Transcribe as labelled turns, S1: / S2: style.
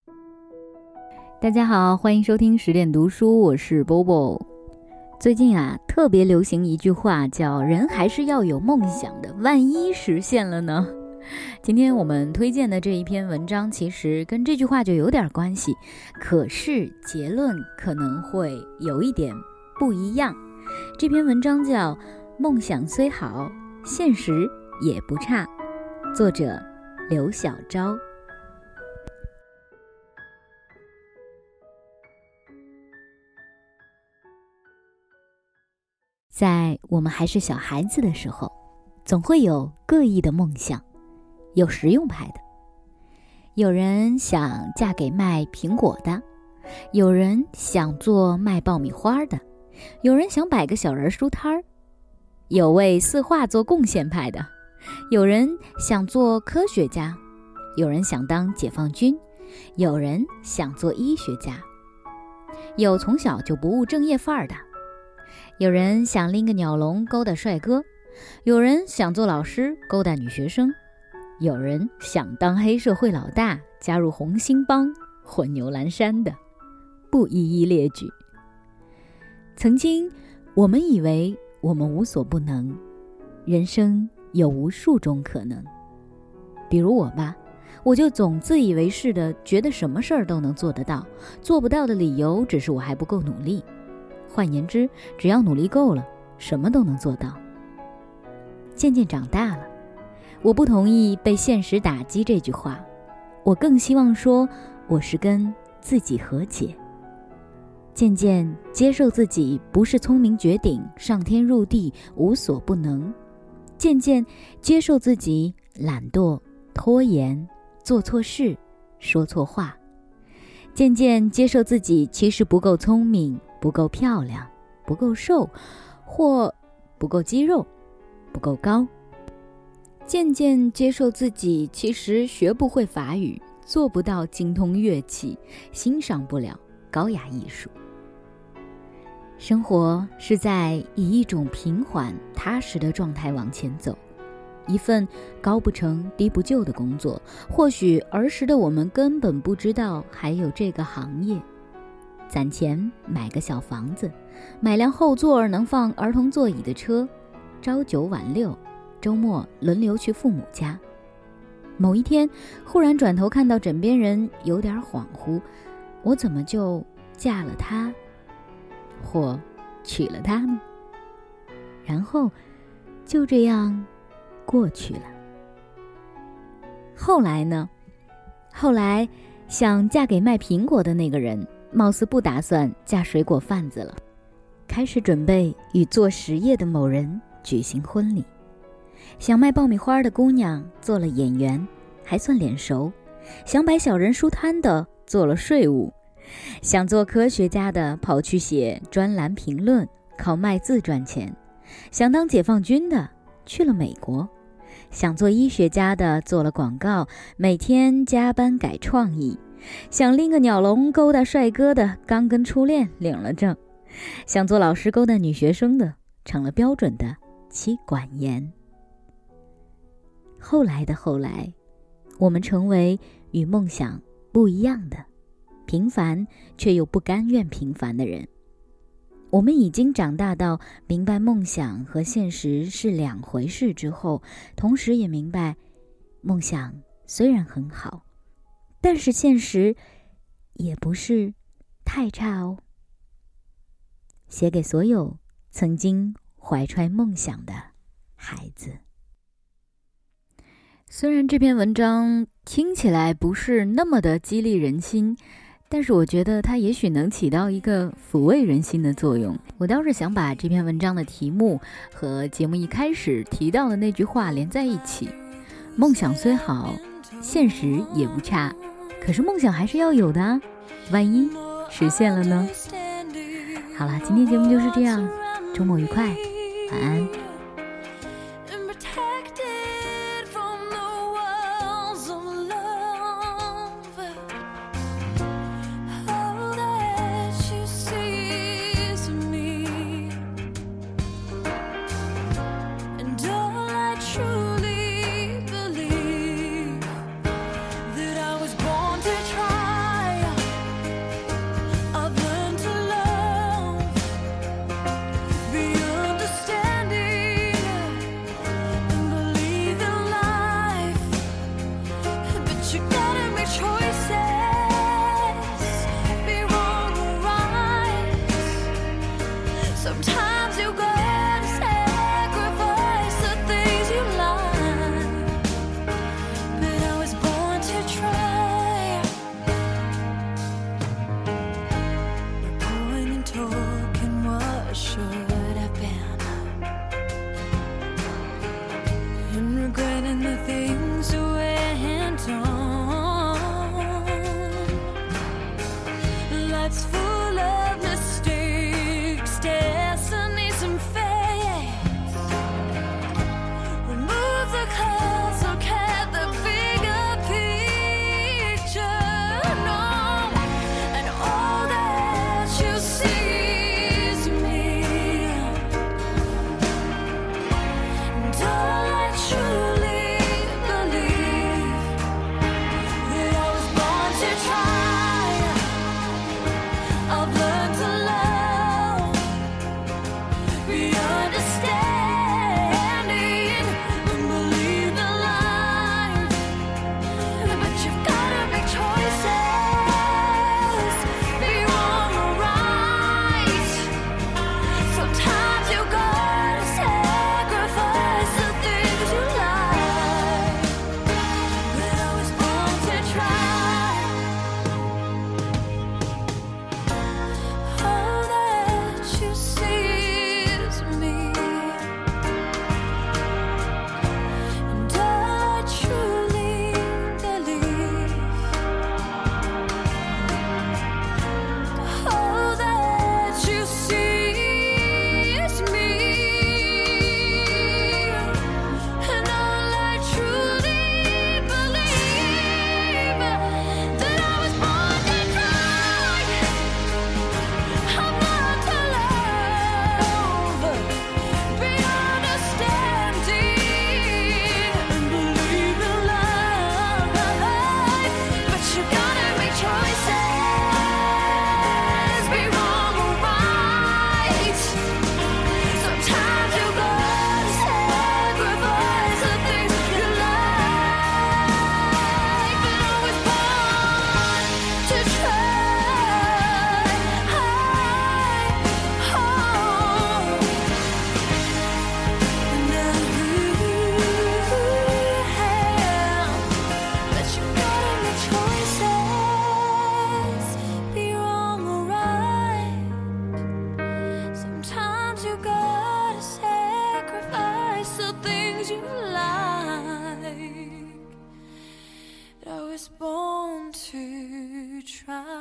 S1: 大家好，欢迎收听10点读书，我是 Bobo。 最近特别流行一句话，叫人还是要有梦想的，万一实现了呢？今天我们推荐的这一篇文章其实跟这句话就有点关系，可是结论可能会有一点不一样。这篇文章叫梦想虽好，现实也不差，作者刘小昭。在我们还是小孩子的时候，总会有各异的梦想，有实用派的，有人想嫁给卖苹果的，有人想做卖爆米花的，有人想摆个小人书摊儿，有为四化做贡献派的，有人想做科学家，有人想当解放军，有人想做医学家，有从小就不务正业范儿的，有人想拎个鸟笼勾搭帅哥，有人想做老师勾搭女学生，有人想当黑社会老大加入红星帮混牛栏山的，不一一列举。曾经我们以为我们无所不能，人生有无数种可能。比如我吧，我就总自以为是的觉得什么事儿都能做得到，做不到的理由只是我还不够努力。换言之，只要努力够了，什么都能做到。渐渐长大了，我不同意被现实打击这句话，我更希望说我是跟自己和解，渐渐接受自己不是聪明绝顶、上天入地、无所不能，渐渐接受自己懒惰、拖延、做错事、说错话，渐渐接受自己其实不够聪明、不够漂亮、不够瘦，或不够肌肉、不够高，渐渐接受自己其实学不会法语，做不到精通乐器，欣赏不了高雅艺术。生活是在以一种平缓踏实的状态往前走，一份高不成低不就的工作，或许儿时的我们根本不知道还有这个行业。攒钱买个小房子，买辆后座能放儿童座椅的车，朝9晚6，周末轮流去父母家。某一天忽然转头看到枕边人，有点恍惚，我怎么就嫁了他，或娶了他呢？然后就这样过去了。后来呢？后来想嫁给卖苹果的那个人貌似不打算嫁水果贩子了，开始准备与做实业的某人举行婚礼。想卖爆米花的姑娘做了演员，还算脸熟，想摆小人书摊的做了税务，想做科学家的跑去写专栏评论，靠卖字赚钱，想当解放军的去了美国，想做医学家的做了广告，每天加班改创意，想拎个鸟笼勾搭帅哥的刚跟初恋领了证，想做老师勾搭女学生的成了标准的妻管严。后来的后来，我们成为与梦想不一样的平凡却又不甘愿平凡的人。我们已经长大到明白梦想和现实是两回事之后，同时也明白梦想虽然很好，但是现实也不是太差哦。写给所有曾经怀揣梦想的孩子。虽然这篇文章听起来不是那么的激励人心，但是我觉得它也许能起到一个抚慰人心的作用。我倒是想把这篇文章的题目和节目一开始提到的那句话连在一起，梦想虽好，现实也不差，可是梦想还是要有的啊，万一实现了呢？好了，今天节目就是这样，周末愉快，晚安。
S2: truly believe that I was born to try. would you like? I was born to try.